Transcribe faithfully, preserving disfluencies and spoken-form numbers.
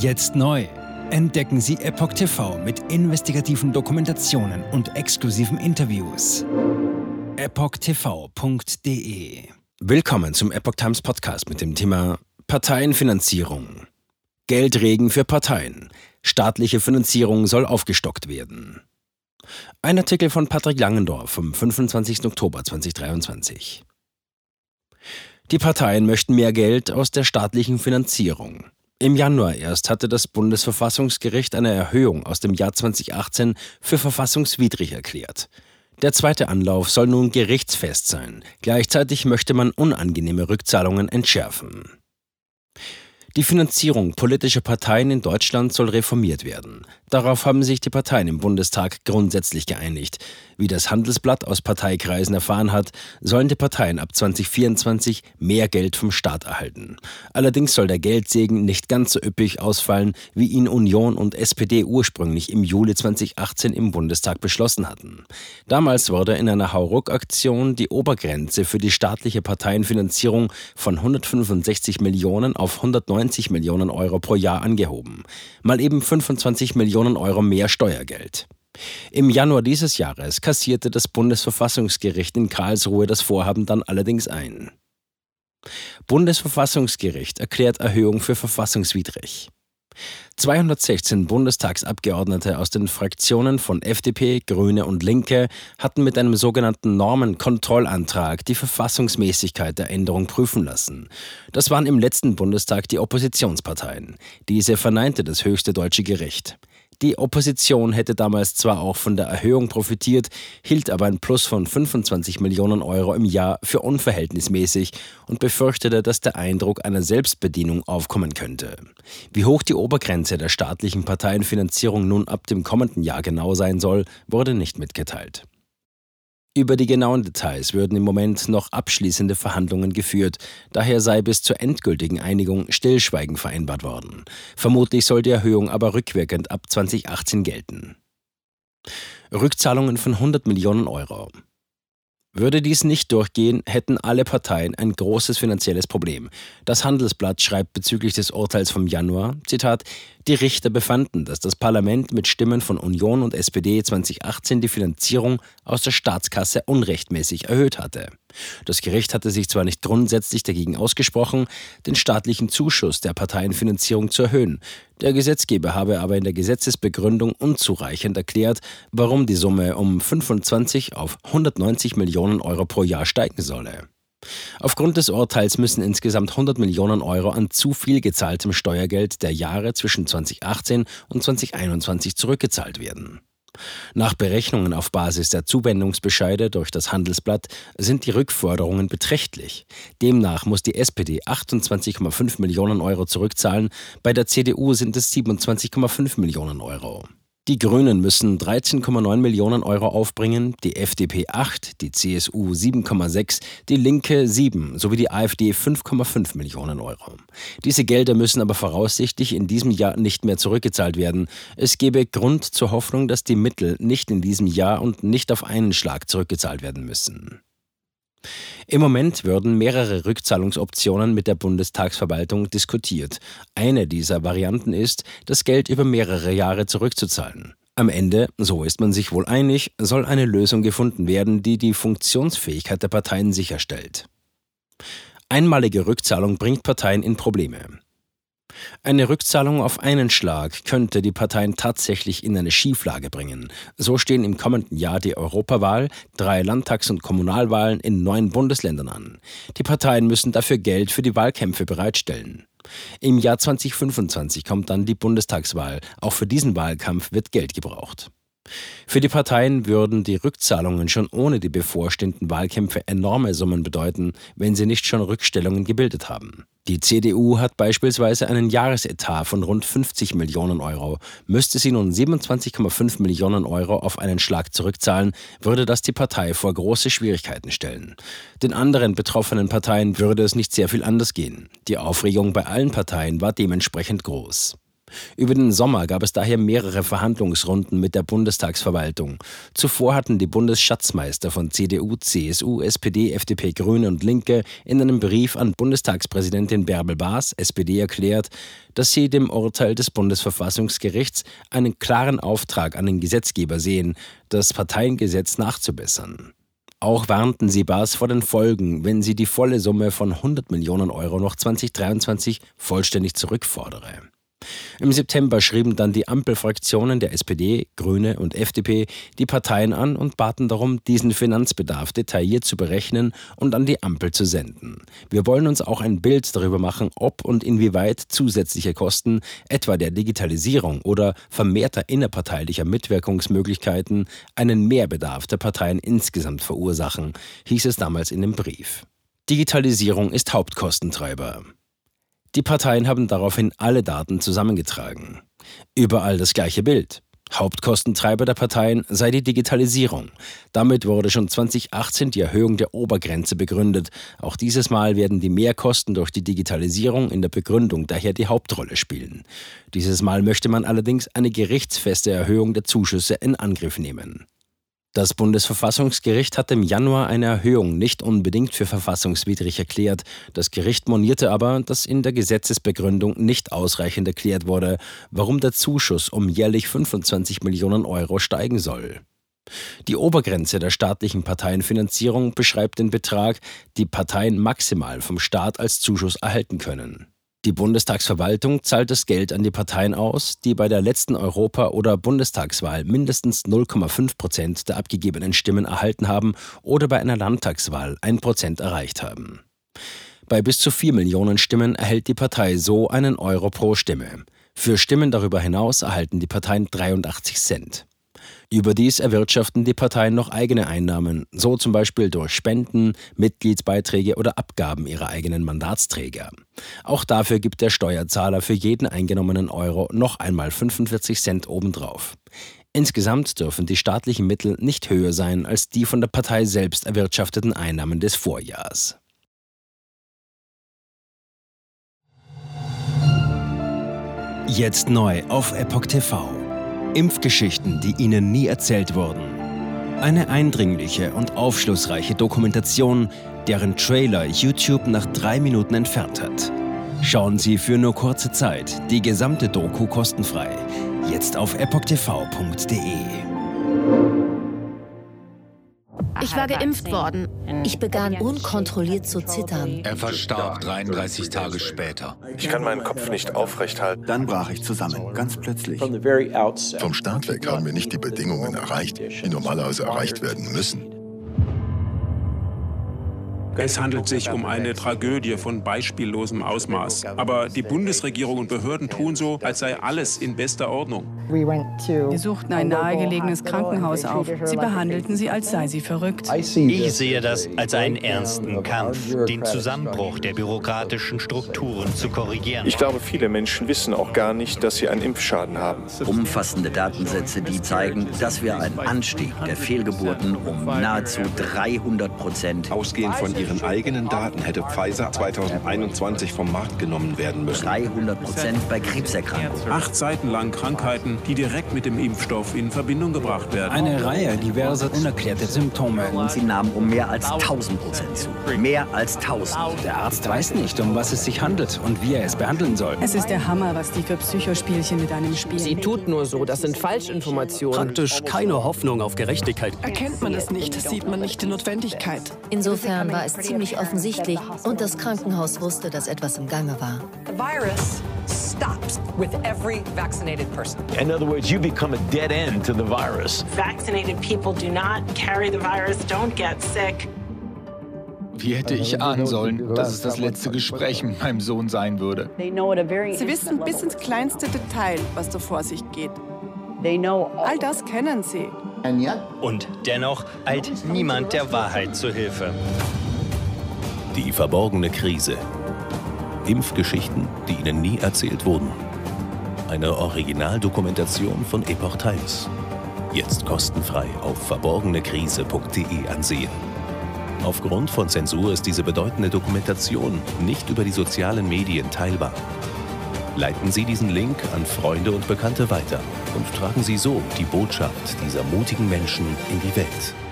Jetzt neu. Entdecken Sie Epoch T V mit investigativen Dokumentationen und exklusiven Interviews. epoch t v punkt d e. Willkommen zum Epoch Times Podcast mit dem Thema Parteienfinanzierung. Geldregen für Parteien. Staatliche Finanzierung soll aufgestockt werden. Ein Artikel von Patrick Langendorf vom fünfundzwanzigsten Oktober zweitausenddreiundzwanzig. Die Parteien möchten mehr Geld aus der staatlichen Finanzierung. Im Januar erst hatte das Bundesverfassungsgericht eine Erhöhung aus dem Jahr zweitausendachtzehn für verfassungswidrig erklärt. Der zweite Anlauf soll nun gerichtsfest sein. Gleichzeitig möchte man unangenehme Rückzahlungen entschärfen. Die Finanzierung politischer Parteien in Deutschland soll reformiert werden. Darauf haben sich die Parteien im Bundestag grundsätzlich geeinigt. Wie das Handelsblatt aus Parteikreisen erfahren hat, sollen die Parteien ab zweitausendvierundzwanzig mehr Geld vom Staat erhalten. Allerdings soll der Geldsegen nicht ganz so üppig ausfallen, wie ihn Union und S P D ursprünglich im Juli zweitausendachtzehn im Bundestag beschlossen hatten. Damals wurde in einer Hauruck-Aktion die Obergrenze für die staatliche Parteienfinanzierung von hundertfünfundsechzig Millionen auf hundertneunzig Millionen Euro pro Jahr angehoben. Mal eben fünfundzwanzig Millionen Euro mehr Steuergeld. Im Januar dieses Jahres kassierte das Bundesverfassungsgericht in Karlsruhe das Vorhaben dann allerdings ein. Bundesverfassungsgericht erklärt Erhöhung für verfassungswidrig. zweihundertsechzehn Bundestagsabgeordnete aus den Fraktionen von F D P, Grüne und Linke hatten mit einem sogenannten Normenkontrollantrag die Verfassungsmäßigkeit der Änderung prüfen lassen. Das waren im letzten Bundestag die Oppositionsparteien. Diese verneinte das höchste deutsche Gericht. Die Opposition hätte damals zwar auch von der Erhöhung profitiert, hielt aber ein Plus von fünfundzwanzig Millionen Euro im Jahr für unverhältnismäßig und befürchtete, dass der Eindruck einer Selbstbedienung aufkommen könnte. Wie hoch die Obergrenze der staatlichen Parteienfinanzierung nun ab dem kommenden Jahr genau sein soll, wurde nicht mitgeteilt. Über die genauen Details würden im Moment noch abschließende Verhandlungen geführt, daher sei bis zur endgültigen Einigung Stillschweigen vereinbart worden. Vermutlich soll die Erhöhung aber rückwirkend ab zweitausendachtzehn gelten. Rückzahlungen von hundert Millionen Euro. Würde dies nicht durchgehen, hätten alle Parteien ein großes finanzielles Problem. Das Handelsblatt schreibt bezüglich des Urteils vom Januar, Zitat, die Richter befanden, dass das Parlament mit Stimmen von Union und S P D zweitausendachtzehn die Finanzierung aus der Staatskasse unrechtmäßig erhöht hatte. Das Gericht hatte sich zwar nicht grundsätzlich dagegen ausgesprochen, den staatlichen Zuschuss der Parteienfinanzierung zu erhöhen. Der Gesetzgeber habe aber in der Gesetzesbegründung unzureichend erklärt, warum die Summe um fünfundzwanzig auf hundertneunzig Millionen Euro pro Jahr steigen solle. Aufgrund des Urteils müssen insgesamt hundert Millionen Euro an zu viel gezahltem Steuergeld der Jahre zwischen zweitausendachtzehn und zweitausendeinundzwanzig zurückgezahlt werden. Nach Berechnungen auf Basis der Zuwendungsbescheide durch das Handelsblatt sind die Rückforderungen beträchtlich. Demnach muss die S P D achtundzwanzig Komma fünf Millionen Euro zurückzahlen, bei der C D U sind es siebenundzwanzig Komma fünf Millionen Euro. Die Grünen müssen dreizehn Komma neun Millionen Euro aufbringen, die F D P acht, die C S U sieben Komma sechs, die Linke sieben sowie die A f D fünf Komma fünf Millionen Euro. Diese Gelder müssen aber voraussichtlich in diesem Jahr nicht mehr zurückgezahlt werden. Es gebe Grund zur Hoffnung, dass die Mittel nicht in diesem Jahr und nicht auf einen Schlag zurückgezahlt werden müssen. Im Moment würden mehrere Rückzahlungsoptionen mit der Bundestagsverwaltung diskutiert. Eine dieser Varianten ist, das Geld über mehrere Jahre zurückzuzahlen. Am Ende, so ist man sich wohl einig, soll eine Lösung gefunden werden, die die Funktionsfähigkeit der Parteien sicherstellt. Einmalige Rückzahlung bringt Parteien in Probleme. Eine Rückzahlung auf einen Schlag könnte die Parteien tatsächlich in eine Schieflage bringen. So stehen im kommenden Jahr die Europawahl, drei Landtags- und Kommunalwahlen in neun Bundesländern an. Die Parteien müssen dafür Geld für die Wahlkämpfe bereitstellen. Im Jahr zweitausendfünfundzwanzig kommt dann die Bundestagswahl. Auch für diesen Wahlkampf wird Geld gebraucht. Für die Parteien würden die Rückzahlungen schon ohne die bevorstehenden Wahlkämpfe enorme Summen bedeuten, wenn sie nicht schon Rückstellungen gebildet haben. Die C D U hat beispielsweise einen Jahresetat von rund fünfzig Millionen Euro. Müsste sie nun siebenundzwanzig Komma fünf Millionen Euro auf einen Schlag zurückzahlen, würde das die Partei vor große Schwierigkeiten stellen. Den anderen betroffenen Parteien würde es nicht sehr viel anders gehen. Die Aufregung bei allen Parteien war dementsprechend groß. Über den Sommer gab es daher mehrere Verhandlungsrunden mit der Bundestagsverwaltung. Zuvor hatten die Bundesschatzmeister von C D U, C S U, S P D, F D P, Grüne und Linke in einem Brief an Bundestagspräsidentin Bärbel Baas, S P D, erklärt, dass sie dem Urteil des Bundesverfassungsgerichts einen klaren Auftrag an den Gesetzgeber sehen, das Parteiengesetz nachzubessern. Auch warnten sie Baas vor den Folgen, wenn sie die volle Summe von hundert Millionen Euro noch zwanzig dreiundzwanzig vollständig zurückfordere. Im September schrieben dann die Ampelfraktionen der S P D, Grüne und F D P die Parteien an und baten darum, diesen Finanzbedarf detailliert zu berechnen und an die Ampel zu senden. Wir wollen uns auch ein Bild darüber machen, ob und inwieweit zusätzliche Kosten, etwa der Digitalisierung oder vermehrter innerparteilicher Mitwirkungsmöglichkeiten, einen Mehrbedarf der Parteien insgesamt verursachen, hieß es damals in dem Brief. Digitalisierung ist Hauptkostentreiber. Die Parteien haben daraufhin alle Daten zusammengetragen. Überall das gleiche Bild. Hauptkostentreiber der Parteien sei die Digitalisierung. Damit wurde schon zweitausendachtzehn die Erhöhung der Obergrenze begründet. Auch dieses Mal werden die Mehrkosten durch die Digitalisierung in der Begründung daher die Hauptrolle spielen. Dieses Mal möchte man allerdings eine gerichtsfeste Erhöhung der Zuschüsse in Angriff nehmen. Das Bundesverfassungsgericht hat im Januar eine Erhöhung nicht unbedingt für verfassungswidrig erklärt. Das Gericht monierte aber, dass in der Gesetzesbegründung nicht ausreichend erklärt wurde, warum der Zuschuss um jährlich fünfundzwanzig Millionen Euro steigen soll. Die Obergrenze der staatlichen Parteienfinanzierung beschreibt den Betrag, die Parteien maximal vom Staat als Zuschuss erhalten können. Die Bundestagsverwaltung zahlt das Geld an die Parteien aus, die bei der letzten Europa- oder Bundestagswahl mindestens null Komma fünf Prozent der abgegebenen Stimmen erhalten haben oder bei einer Landtagswahl ein Prozent erreicht haben. Bei bis zu vier Millionen Stimmen erhält die Partei so einen Euro pro Stimme. Für Stimmen darüber hinaus erhalten die Parteien dreiundachtzig Cent. Überdies erwirtschaften die Parteien noch eigene Einnahmen, so zum Beispiel durch Spenden, Mitgliedsbeiträge oder Abgaben ihrer eigenen Mandatsträger. Auch dafür gibt der Steuerzahler für jeden eingenommenen Euro noch einmal fünfundvierzig Cent obendrauf. Insgesamt dürfen die staatlichen Mittel nicht höher sein als die von der Partei selbst erwirtschafteten Einnahmen des Vorjahrs. Jetzt neu auf Epoch T V. Impfgeschichten, die Ihnen nie erzählt wurden. Eine eindringliche und aufschlussreiche Dokumentation, deren Trailer YouTube nach drei Minuten entfernt hat. Schauen Sie für nur kurze Zeit die gesamte Doku kostenfrei. Jetzt auf epoch t v punkt d e. Ich war geimpft worden. Ich begann unkontrolliert zu zittern. Er verstarb dreiunddreißig Tage später. Ich kann meinen Kopf nicht aufrecht halten. Dann brach ich zusammen, ganz plötzlich. Vom Start weg haben wir nicht die Bedingungen erreicht, die normalerweise erreicht werden müssen. Es handelt sich um eine Tragödie von beispiellosem Ausmaß. Aber die Bundesregierung und Behörden tun so, als sei alles in bester Ordnung. Wir suchten ein nahegelegenes Krankenhaus auf. Sie behandelten sie, als sei sie verrückt. Ich sehe das als einen ernsten Kampf, den Zusammenbruch der bürokratischen Strukturen zu korrigieren. Ich glaube, viele Menschen wissen auch gar nicht, dass sie einen Impfschaden haben. Umfassende Datensätze, die zeigen, dass wir einen Anstieg der Fehlgeburten um nahezu dreihundert Prozent. Ausgehend von ihren eigenen Daten hätte Pfizer zweitausendeinundzwanzig vom Markt genommen werden müssen. dreihundert Prozent bei Krebserkrankungen. Acht Seiten lang Krankheiten, die direkt mit dem Impfstoff in Verbindung gebracht werden. Eine Reihe diverser unerklärter Symptome. Und sie nahmen um mehr als tausend Prozent zu. Mehr als tausend. Der Arzt weiß nicht, um was es sich handelt und wie er es behandeln soll. Es ist der Hammer, was die für Psychospielchen mit einem spielen. Sie tut nur so, das sind Falschinformationen. Praktisch keine Hoffnung auf Gerechtigkeit. Erkennt man es nicht, sieht man nicht die Notwendigkeit. Insofern war es ziemlich offensichtlich und das Krankenhaus wusste, dass etwas im Gange war. The virus stops with every vaccinated person. In other words, you become a dead end to the virus. Vaccinated people do not carry the virus, don't get sick. Wie hätte ich ahnen sollen, dass es das letzte Gespräch mit meinem Sohn sein würde? Sie wissen bis ins kleinste Detail, was da vor sich geht. All das kennen sie. Und dennoch eilt niemand der Wahrheit zu Hilfe. Die verborgene Krise. Impfgeschichten, die Ihnen nie erzählt wurden. Eine Originaldokumentation von Epoch Times. Jetzt kostenfrei auf verborgenekrise punkt de ansehen. Aufgrund von Zensur ist diese bedeutende Dokumentation nicht über die sozialen Medien teilbar. Leiten Sie diesen Link an Freunde und Bekannte weiter und tragen Sie so die Botschaft dieser mutigen Menschen in die Welt.